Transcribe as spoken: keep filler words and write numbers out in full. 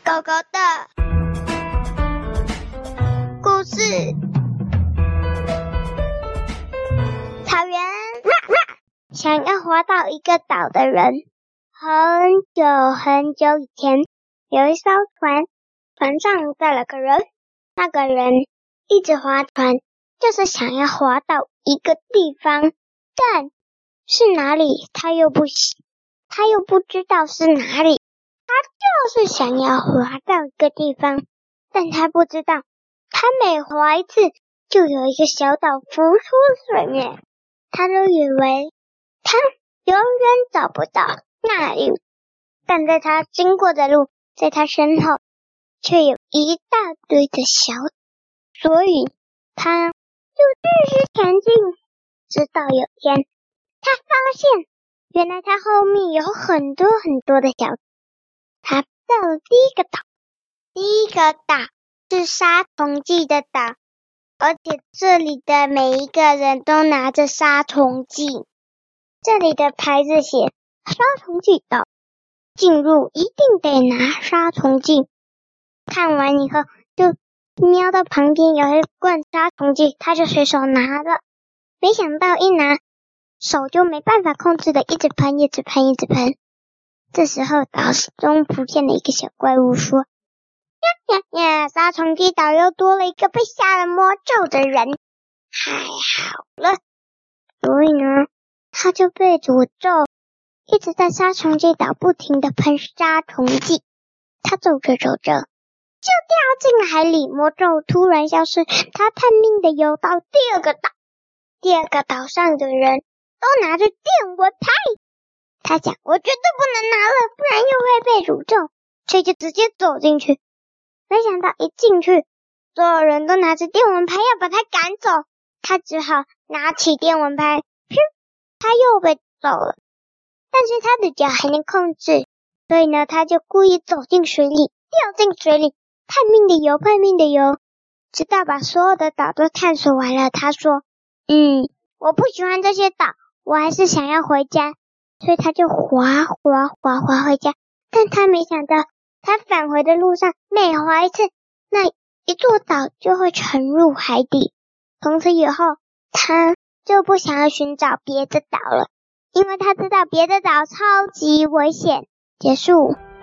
狗狗的故事。草原，想要滑到一个岛的人。很久很久以前，有一艘船，船上载了个人。那个人一直划船，就是想要滑到一个地方，但是哪里他又不他又不知道是哪里。他就是想要滑到一个地方，但他不知道，他每滑一次就有一个小岛浮出水面。他都以为他永远找不到那里，但在他经过的路，在他身后却有一大堆的小岛，所以他就继续前进，直到有天他发现原来他后面有很多很多的小岛。他到了第一个岛，第一个岛是杀虫剂的岛，而且这里的每一个人都拿着杀虫剂。这里的牌子写杀虫剂岛，进入一定得拿杀虫剂。看完以后就瞄到旁边有一罐杀虫剂，他就随手拿了，没想到一拿手就没办法控制的一直喷一直喷一直喷。这时候岛中浮现了一个小怪物，说呀呀呀，杀虫剂岛又多了一个被下了魔咒的人，太好了。所以呢他就被诅咒，一直在杀虫剂岛不停的喷杀虫剂。他走着走着就掉进海里，魔咒突然消失，他拼命的游到第二个岛。第二个岛上的人都拿着电蚊拍，他想我绝对不能拿了，不然又会被诅咒，所以就直接走进去。没想到一进去，所有人都拿着电蚊拍要把他赶走，他只好拿起电蚊拍，噗，他又被走了。但是他的脚还能控制，所以呢他就故意走进水里，掉进水里，拼命的游拼命的游，直到把所有的岛都探索完了。他说嗯，我不喜欢这些岛，我还是想要回家，所以他就滑滑滑滑回家。但他没想到，他返回的路上每滑一次，那一座岛就会沉入海底。从此以后他就不想要寻找别的岛了，因为他知道别的岛超级危险。结束。